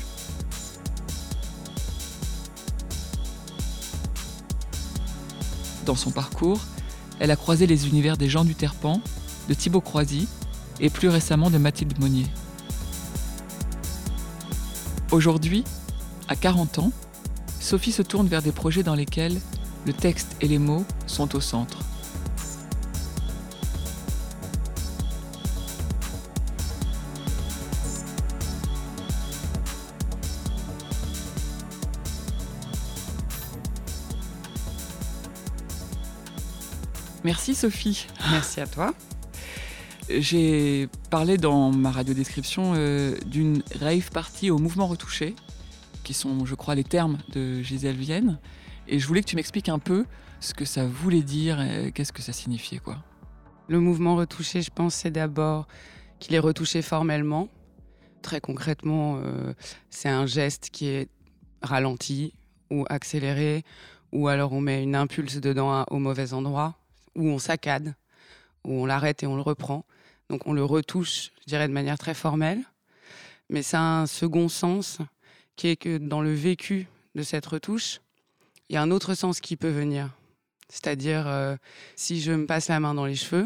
Dans son parcours, elle a croisé les univers des Jean du Terpan, de Thibaut Croisy et plus récemment de Mathilde Monnier. Aujourd'hui, à quarante ans, Sophie se tourne vers des projets dans lesquels le texte et les mots sont au centre. Merci Sophie. Merci à toi. J'ai parlé dans ma radiodescription euh, d'une rave party au mouvement retouché, qui sont, je crois, les termes de Gisèle Vienne. Et je voulais que tu m'expliques un peu ce que ça voulait dire et qu'est-ce que ça signifiait, quoi. Le mouvement retouché, je pense, c'est d'abord qu'il est retouché formellement. Très concrètement, euh, c'est un geste qui est ralenti ou accéléré, ou alors on met une impulse dedans à, au mauvais endroit, où on saccade, où on l'arrête et on le reprend. Donc on le retouche, je dirais, de manière très formelle. Mais ça a un second sens, qui est que dans le vécu de cette retouche, il y a un autre sens qui peut venir. C'est-à-dire, euh, si je me passe la main dans les cheveux,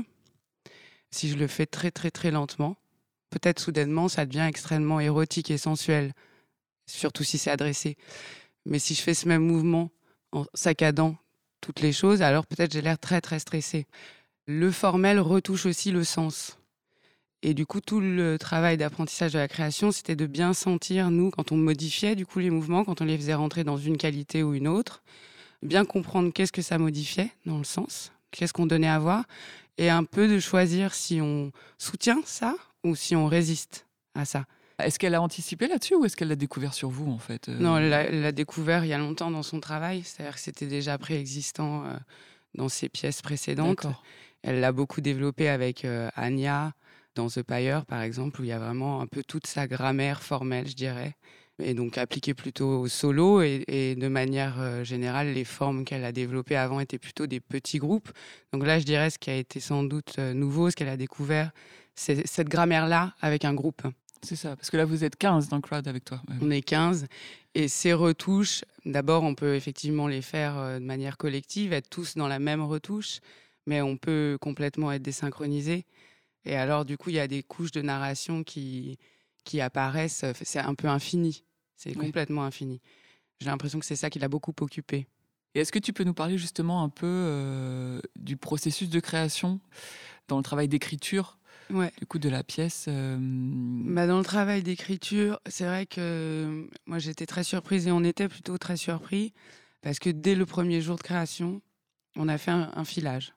si je le fais très très très lentement, peut-être soudainement, ça devient extrêmement érotique et sensuel, surtout si c'est adressé. Mais si je fais ce même mouvement en saccadant toutes les choses, alors peut-être j'ai l'air très très stressée. Le formel retouche aussi le sens. Et du coup, tout le travail d'apprentissage de la création, c'était de bien sentir, nous, quand on modifiait du coup les mouvements, quand on les faisait rentrer dans une qualité ou une autre, bien comprendre qu'est-ce que ça modifiait dans le sens, qu'est-ce qu'on donnait à voir, et un peu de choisir si on soutient ça ou si on résiste à ça. Est-ce qu'elle a anticipé là-dessus ou est-ce qu'elle l'a découvert sur vous, en fait euh... Non, elle l'a, elle l'a découvert il y a longtemps dans son travail. C'est-à-dire que c'était déjà préexistant euh, dans ses pièces précédentes. D'accord. Elle l'a beaucoup développé avec euh, Anya, dans The Pyre, par exemple, où il y a vraiment un peu toute sa grammaire formelle, je dirais. Et donc appliquée plutôt au solo. Et, et de manière euh, générale, les formes qu'elle a développées avant étaient plutôt des petits groupes. Donc là, je dirais, ce qui a été sans doute euh, nouveau, ce qu'elle a découvert, c'est cette grammaire-là avec un groupe. C'est ça, parce que là, vous êtes quinze dans le crowd avec toi. On est quinze. Et ces retouches, d'abord, on peut effectivement les faire euh, de manière collective, être tous dans la même retouche, mais on peut complètement être désynchronisés. Et alors, du coup, il y a des couches de narration qui, qui apparaissent. C'est un peu infini. C'est oui. complètement infini. J'ai l'impression que c'est ça qui l'a beaucoup occupé. Et est-ce que tu peux nous parler justement un peu euh, du processus de création dans le travail d'écriture? Ouais. Du coup, de la pièce euh... bah dans le travail d'écriture, c'est vrai que moi, j'étais très surprise et on était plutôt très surpris parce que dès le premier jour de création, on a fait un, un filage.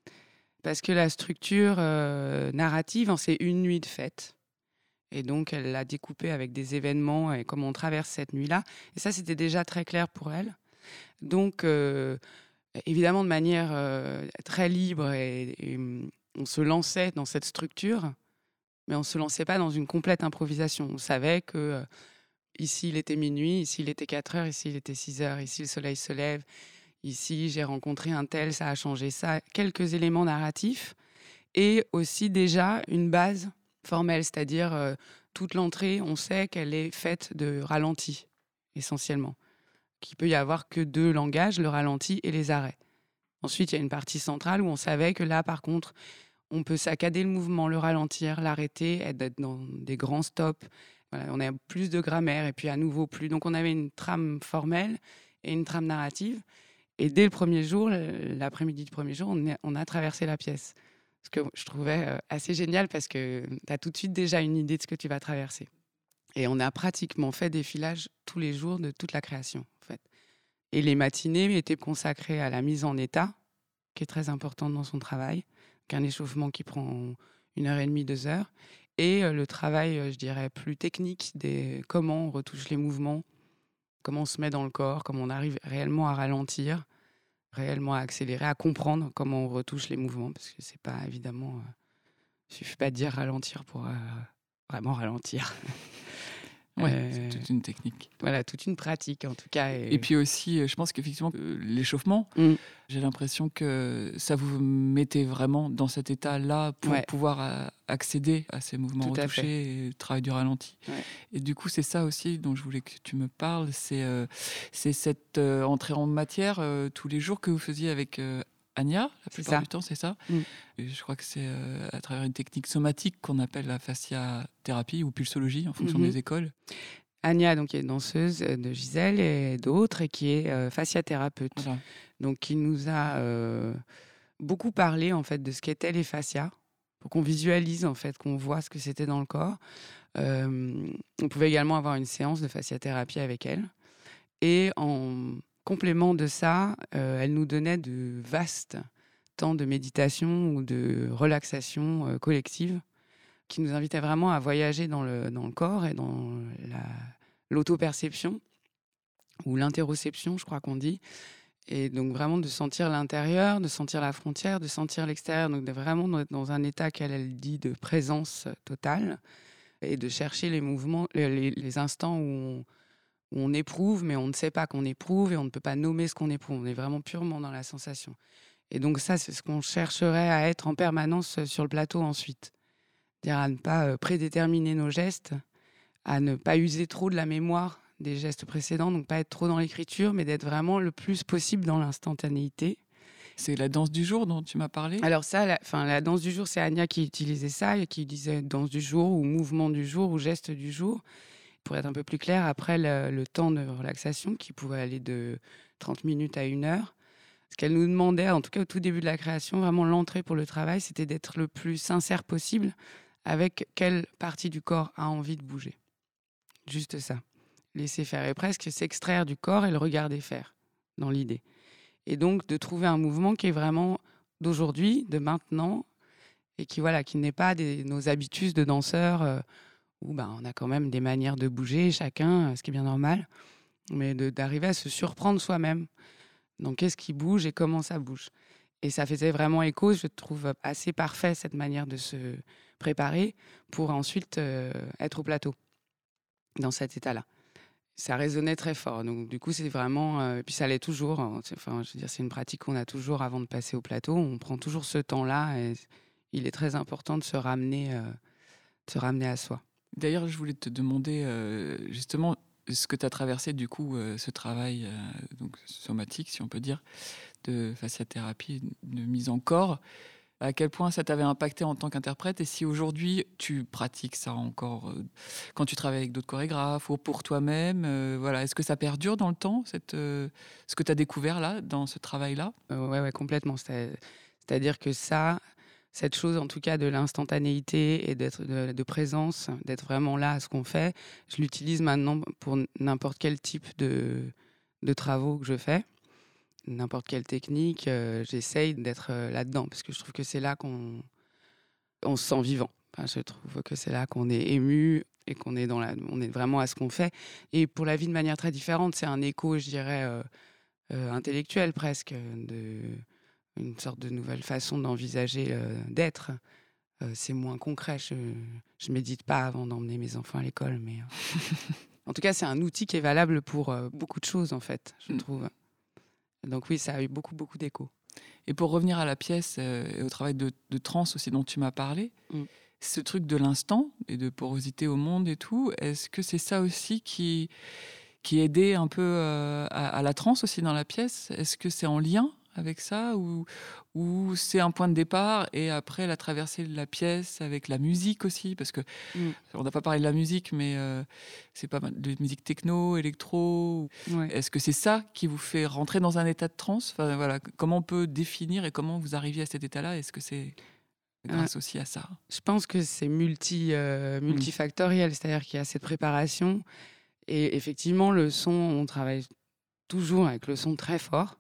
Parce que la structure euh, narrative, c'est une nuit de fête. Et donc, elle l'a découpée avec des événements et comment on traverse cette nuit-là. Et ça, c'était déjà très clair pour elle. Donc, euh, évidemment, de manière euh, très libre et... et on se lançait dans cette structure, mais on ne se lançait pas dans une complète improvisation. On savait que euh, ici, il était minuit, ici, il était quatre heures, ici, il était six heures, ici, le soleil se lève, ici, j'ai rencontré un tel, ça a changé ça. Quelques éléments narratifs et aussi déjà une base formelle, c'est-à-dire euh, toute l'entrée, on sait qu'elle est faite de ralentis, essentiellement. Qu'il peut y avoir que deux langages, le ralenti et les arrêts. Ensuite, il y a une partie centrale où on savait que là, par contre, on peut saccader le mouvement, le ralentir, l'arrêter, être dans des grands stops. Voilà, on a plus de grammaire et puis à nouveau plus. Donc, on avait une trame formelle et une trame narrative. Et dès le premier jour, l'après-midi du premier jour, on, est, on a traversé la pièce. Ce que je trouvais assez génial parce que tu as tout de suite déjà une idée de ce que tu vas traverser. Et on a pratiquement fait des filages tous les jours de toute la création, en fait. Et les matinées étaient consacrées à la mise en état, qui est très importante dans son travail, qu'un échauffement qui prend une heure et demie, deux heures, et le travail, je dirais, plus technique des comment on retouche les mouvements, comment on se met dans le corps, comment on arrive réellement à ralentir, réellement à accélérer, à comprendre comment on retouche les mouvements, parce que c'est pas évidemment, euh, il suffit pas de dire ralentir pour euh, vraiment ralentir. Ouais, euh, c'est toute une technique. Voilà, toute une pratique en tout cas. Et, et puis aussi, je pense qu'effectivement, l'échauffement, mm. j'ai l'impression que ça vous mettait vraiment dans cet état-là pour ouais. pouvoir accéder à ces mouvements tout retouchés et le travail du ralenti. Ouais. Et du coup, c'est ça aussi dont je voulais que tu me parles, c'est, euh, c'est cette euh, entrée en matière euh, tous les jours que vous faisiez avec euh, Anya, la plupart ça. du temps, c'est ça. Mm. Et je crois que c'est euh, à travers une technique somatique qu'on appelle la fasciathérapie ou pulsologie en fonction Mhm. des écoles. Anya, donc, qui est danseuse de Gisèle et d'autres, et qui est euh, fasciathérapeute. Voilà. Donc, qui nous a euh, beaucoup parlé en fait de ce qu'étaient les fascias, pour qu'on visualise en fait, qu'on voit ce que c'était dans le corps. Euh, on pouvait également avoir une séance de fasciathérapie avec elle. Et en complément de ça, euh, elle nous donnait de vastes temps de méditation ou de relaxation euh, collective, qui nous invitait vraiment à voyager dans le, dans le corps et dans la, l'auto-perception ou l'interoception, je crois qu'on dit. Et donc vraiment de sentir l'intérieur, de sentir la frontière, de sentir l'extérieur, donc de vraiment être dans un état qu'elle elle dit de présence totale et de chercher les mouvements, les, les instants où on, où on éprouve, mais on ne sait pas qu'on éprouve et on ne peut pas nommer ce qu'on éprouve. On est vraiment purement dans la sensation. Et donc ça, c'est ce qu'on chercherait à être en permanence sur le plateau ensuite. C'est-à-dire à ne pas euh, prédéterminer nos gestes, à ne pas user trop de la mémoire des gestes précédents, donc pas être trop dans l'écriture, mais d'être vraiment le plus possible dans l'instantanéité. C'est la danse du jour dont tu m'as parlé ? Alors ça, la, enfin, la danse du jour, c'est Anya qui utilisait ça, et qui disait danse du jour, ou mouvement du jour, ou geste du jour. Pour être un peu plus clair, après le, le temps de relaxation, qui pouvait aller de trente minutes à une heure, ce qu'elle nous demandait, en tout cas au tout début de la création, vraiment l'entrée pour le travail, c'était d'être le plus sincère possible avec quelle partie du corps a envie de bouger. Juste ça. Laisser faire et presque s'extraire du corps et le regarder faire, dans l'idée. Et donc de trouver un mouvement qui est vraiment d'aujourd'hui, de maintenant, et qui, voilà, qui n'est pas des, nos habitudes de danseurs, euh, où ben, on a quand même des manières de bouger, chacun, ce qui est bien normal, mais de, d'arriver à se surprendre soi-même. Donc qu'est-ce qui bouge et comment ça bouge. Et ça faisait vraiment écho, je trouve assez parfait cette manière de se préparer pour ensuite euh, être au plateau, dans cet état-là. Ça résonnait très fort. Donc du coup, c'est vraiment... Euh, et puis ça l'est toujours. Hein, enfin, je veux dire, c'est une pratique qu'on a toujours avant de passer au plateau. On prend toujours ce temps-là et il est très important de se ramener, euh, de se ramener à soi. D'ailleurs, je voulais te demander euh, justement ce que tu as traversé, du coup, euh, ce travail euh, donc, somatique, si on peut dire, de fasciathérapie, de mise en corps. À quel point ça t'avait impacté en tant qu'interprète et si aujourd'hui tu pratiques ça encore euh, quand tu travailles avec d'autres chorégraphes ou pour toi-même, euh, voilà, est-ce que ça perdure dans le temps, cette, euh, ce que tu as découvert là, dans ce travail-là ? euh, ouais, ouais, complètement. C'est, c'est-à-dire que ça, cette chose en tout cas de l'instantanéité et d'être de, de présence, d'être vraiment là à ce qu'on fait, je l'utilise maintenant pour n'importe quel type de, de travaux que je fais. N'importe quelle technique, euh, j'essaye d'être euh, là-dedans parce que je trouve que c'est là qu'on on se sent vivant. Enfin, je trouve que c'est là qu'on est ému et qu'on est, dans la, on est vraiment à ce qu'on fait. Et pour la vie de manière très différente, c'est un écho, je dirais, euh, euh, intellectuel presque, de, une sorte de nouvelle façon d'envisager euh, d'être. Euh, c'est moins concret. Je ne médite pas avant d'emmener mes enfants à l'école. Mais euh... en tout cas, c'est un outil qui est valable pour euh, beaucoup de choses, en fait, je trouve. Donc oui, ça a eu beaucoup, beaucoup d'écho. Et pour revenir à la pièce euh, et au travail de, de trance aussi dont tu m'as parlé, mm. ce truc de l'instant et de porosité au monde et tout, est-ce que c'est ça aussi qui, qui aidait un peu euh, à, à la trance aussi dans la pièce ? Est-ce que c'est en lien avec ça ou, ou c'est un point de départ et après la traversée de la pièce avec la musique aussi ? Parce que mm. on n'a pas parlé de la musique, mais euh, c'est pas mal de musique techno, électro. Ouais. Est-ce que c'est ça qui vous fait rentrer dans un état de transe ? Enfin, voilà, comment on peut définir et comment vous arriviez à cet état-là ? Est-ce que c'est grâce euh, aussi à ça ? Je pense que c'est multi, euh, multifactoriel, mm. c'est-à-dire qu'il y a cette préparation et effectivement le son, on travaille toujours avec le son très fort.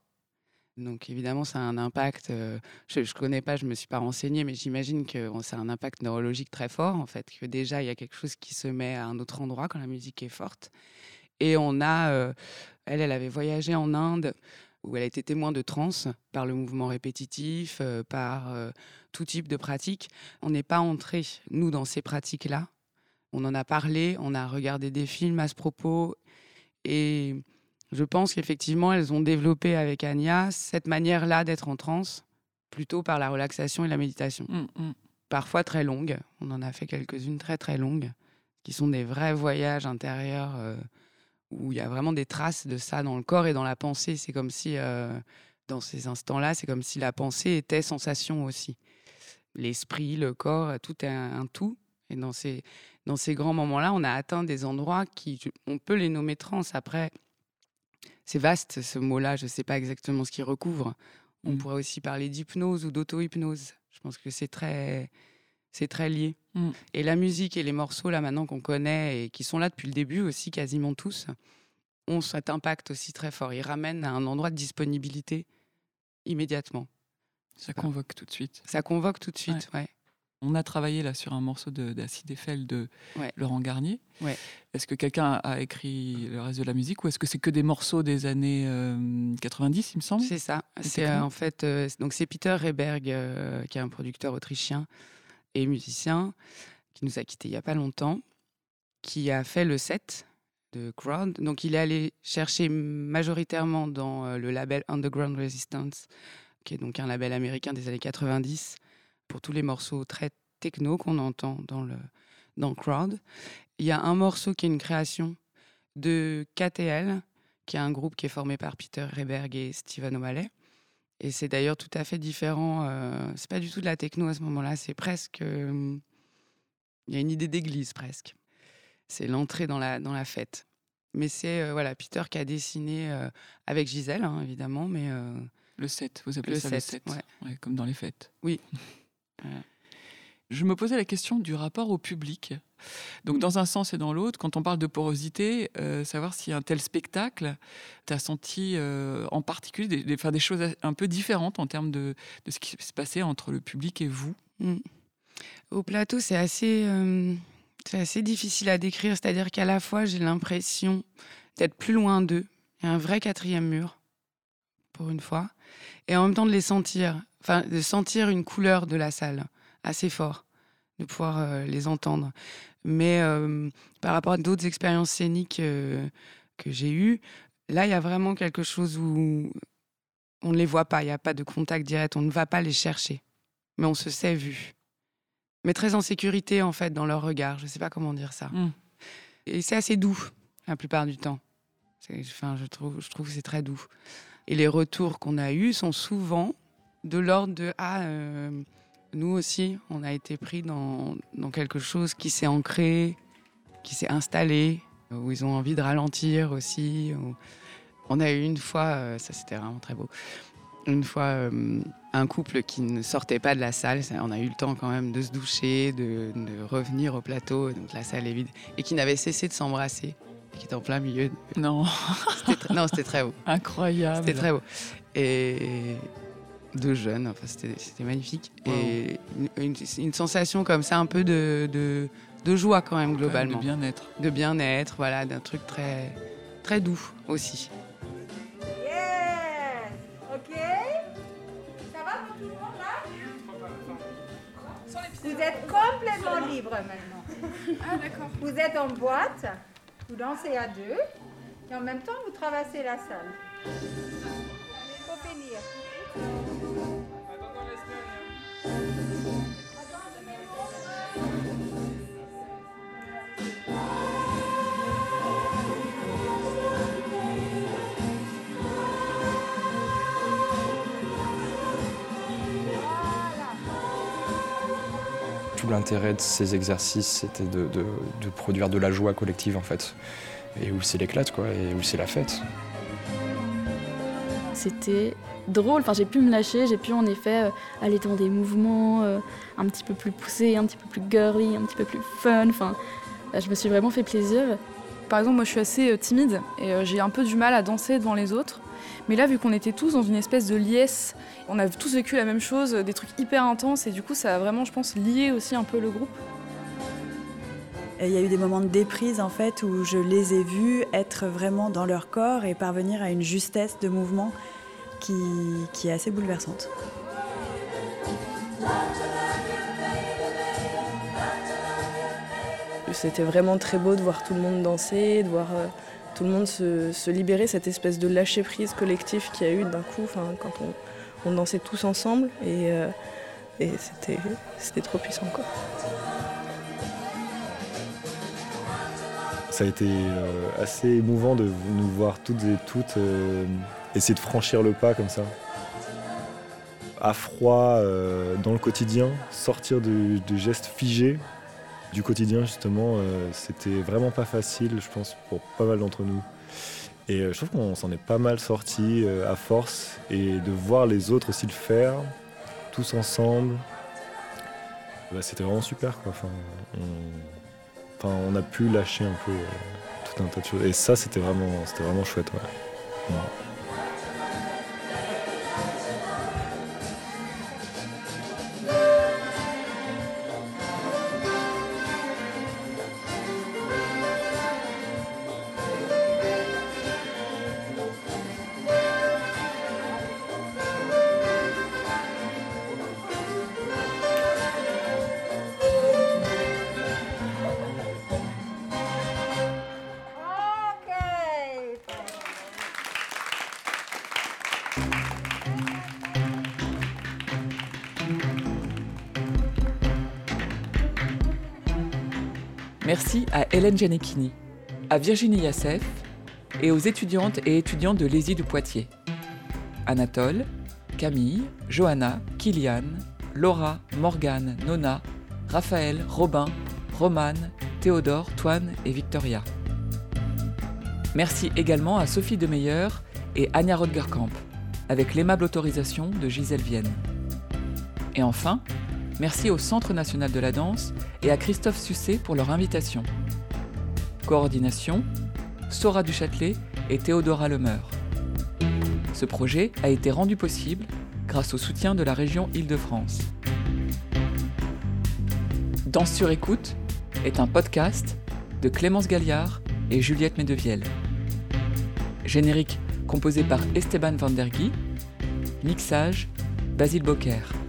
Donc évidemment, ça a un impact, euh, je ne connais pas, je ne me suis pas renseignée, mais j'imagine que bon, ça a un impact neurologique très fort, en fait, que déjà, il y a quelque chose qui se met à un autre endroit quand la musique est forte. Et on a, euh, elle, elle avait voyagé en Inde, où elle a été témoin de transe, par le mouvement répétitif, euh, par euh, tout type de pratiques. On n'est pas entré, nous, dans ces pratiques-là. On en a parlé, on a regardé des films à ce propos, et... je pense qu'effectivement, elles ont développé avec Anya cette manière-là d'être en transe, plutôt par la relaxation et la méditation. Mmh, mmh. Parfois très longues, on en a fait quelques-unes très très longues, qui sont des vrais voyages intérieurs euh, où il y a vraiment des traces de ça dans le corps et dans la pensée. C'est comme si euh, dans ces instants-là, c'est comme si la pensée était sensation aussi. L'esprit, le corps, tout est un, un tout. Et dans ces, dans ces grands moments-là, on a atteint des endroits qui, on peut les nommer trans. Après, c'est vaste ce mot-là, je ne sais pas exactement ce qu'il recouvre. On mmh. pourrait aussi parler d'hypnose ou d'auto-hypnose. Je pense que c'est très, c'est très lié. Mmh. Et la musique et les morceaux, là, maintenant qu'on connaît et qui sont là depuis le début aussi, quasiment tous, ont cet impact aussi très fort. Ils ramènent à un endroit de disponibilité immédiatement. Ça convoque tout de suite. Ça convoque tout de suite, ouais. ouais. On a travaillé là sur un morceau de, d'Acide Eiffel de ouais. Laurent Garnier. Ouais. Est-ce que quelqu'un a écrit le reste de la musique ou est-ce que c'est que des morceaux des années euh, quatre-vingt-dix, il me semble ? C'est ça. C'est, euh, en fait, euh, donc c'est Peter Reberg, euh, qui est un producteur autrichien et musicien, qui nous a quittés il n'y a pas longtemps, qui a fait le set de Crowd. Donc il est allé chercher majoritairement dans euh, le label Underground Resistance, qui est donc un label américain des années quatre-vingt-dix, pour tous les morceaux très techno qu'on entend dans le dans Crowd. Il y a un morceau qui est une création de K T L, qui est un groupe qui est formé par Peter Reberg et Steven O'Malley. Et c'est d'ailleurs tout à fait différent. Euh, c'est pas du tout de la techno à ce moment-là. C'est presque... Euh, il y a une idée d'église presque. C'est l'entrée dans la, dans la fête. Mais c'est euh, voilà, Peter qui a dessiné euh, avec Gisèle, hein, évidemment, mais... Euh, le set, vous appelez le ça set, le set, ouais. Ouais, comme dans les fêtes. Oui. Voilà. Je me posais la question du rapport au public. Donc, dans un sens et dans l'autre, quand on parle de porosité, euh, savoir si un tel spectacle, tu as senti euh, en particulier des, des, faire des choses un peu différentes en termes de, de ce qui se passait entre le public et vous. Mmh. Au plateau, c'est assez, euh, c'est assez difficile à décrire. C'est-à-dire qu'à la fois, j'ai l'impression d'être plus loin d'eux. Il y a un vrai quatrième mur, pour une fois. Et en même temps, de les sentir. Enfin, de sentir une couleur de la salle assez fort, de pouvoir euh, les entendre. Mais euh, par rapport à d'autres expériences scéniques euh, que j'ai eues, là, il y a vraiment quelque chose où on ne les voit pas, il n'y a pas de contact direct, on ne va pas les chercher. Mais on se sait vu. Mais très en sécurité, en fait, dans leur regard. Je ne sais pas comment dire ça. Mm. Et c'est assez doux, la plupart du temps. C'est, enfin, je trouve, je trouve que c'est très doux. Et les retours qu'on a eus sont souvent de l'ordre de « Ah, euh, nous aussi, on a été pris dans, dans quelque chose qui s'est ancré, qui s'est installé, où ils ont envie de ralentir aussi. » On a eu une fois, ça c'était vraiment très beau, une fois euh, un couple qui ne sortait pas de la salle. On a eu le temps quand même de se doucher, de, de revenir au plateau, donc la salle est vide, et qui n'avait cessé de s'embrasser, qui était en plein milieu. De... Non. C'était tr... Non, c'était très beau. Incroyable. C'était très beau. Et deux jeunes, enfin, c'était, c'était magnifique. Wow. Et une, une, une sensation comme ça, un peu de, de, de joie quand même, globalement. De bien-être. De bien-être, voilà, d'un truc très, très doux aussi. Yes. Ok. Ça va pour tout le monde là? Vous êtes complètement libre maintenant. Ah d'accord. Vous êtes en boîte, vous dansez à deux, et en même temps vous traversez la salle. Il faut finir. Tout l'intérêt de ces exercices, c'était de, de, de produire de la joie collective, en fait. Et où c'est l'éclate, quoi, et où c'est la fête. C'était drôle, enfin, j'ai pu me lâcher, j'ai pu en effet euh, aller dans des mouvements euh, un petit peu plus poussés, un petit peu plus girly, un petit peu plus fun. Enfin, je me suis vraiment fait plaisir. Par exemple, moi je suis assez euh, timide et euh, j'ai un peu du mal à danser devant les autres. Mais là, vu qu'on était tous dans une espèce de liesse, on a tous vécu la même chose, des trucs hyper intenses, et du coup, ça a vraiment, je pense, lié aussi un peu le groupe. Il y a eu des moments de déprise, en fait, où je les ai vus être vraiment dans leur corps et parvenir à une justesse de mouvement qui, qui est assez bouleversante. C'était vraiment très beau de voir tout le monde danser, de voir... Euh... tout le monde se, se libérer, cette espèce de lâcher-prise collectif qu'il y a eu d'un coup, quand on, on dansait tous ensemble, et, euh, et c'était, c'était trop puissant, quoi. Ça a été euh, assez émouvant de nous voir toutes et toutes euh, essayer de franchir le pas comme ça. à froid euh, dans le quotidien, sortir de, de gestes figés du quotidien justement, euh, c'était vraiment pas facile, je pense, pour pas mal d'entre nous. Et euh, je trouve qu'on s'en est pas mal sortis euh, à force, et de voir les autres aussi le faire, tous ensemble, bah, c'était vraiment super, quoi. Enfin, on, enfin, on a pu lâcher un peu euh, tout un tas de choses, et ça c'était vraiment, c'était vraiment chouette. Ouais. Ouais. Merci à Hélène Gianecchini, à Virginie Yassef et aux étudiantes et étudiants de l'E S I du Poitiers. Anatole, Camille, Johanna, Kylian, Laura, Morgane, Nona, Raphaël, Robin, Romane, Théodore, Toine et Victoria. Merci également à Sophie Demeyer et Anya Rodgerkamp, avec l'aimable autorisation de Gisèle Vienne. Et enfin, merci au Centre national de la danse et à Christophe Sucé pour leur invitation. Coordination, Sora Duchâtelet et Théodora Lemeur. Ce projet a été rendu possible grâce au soutien de la région Île-de-France. Danse sur écoute est un podcast de Clémence Galliard et Juliette Medevielle. Générique composé par Esteban Van Der Guy, mixage Basile Bocquer.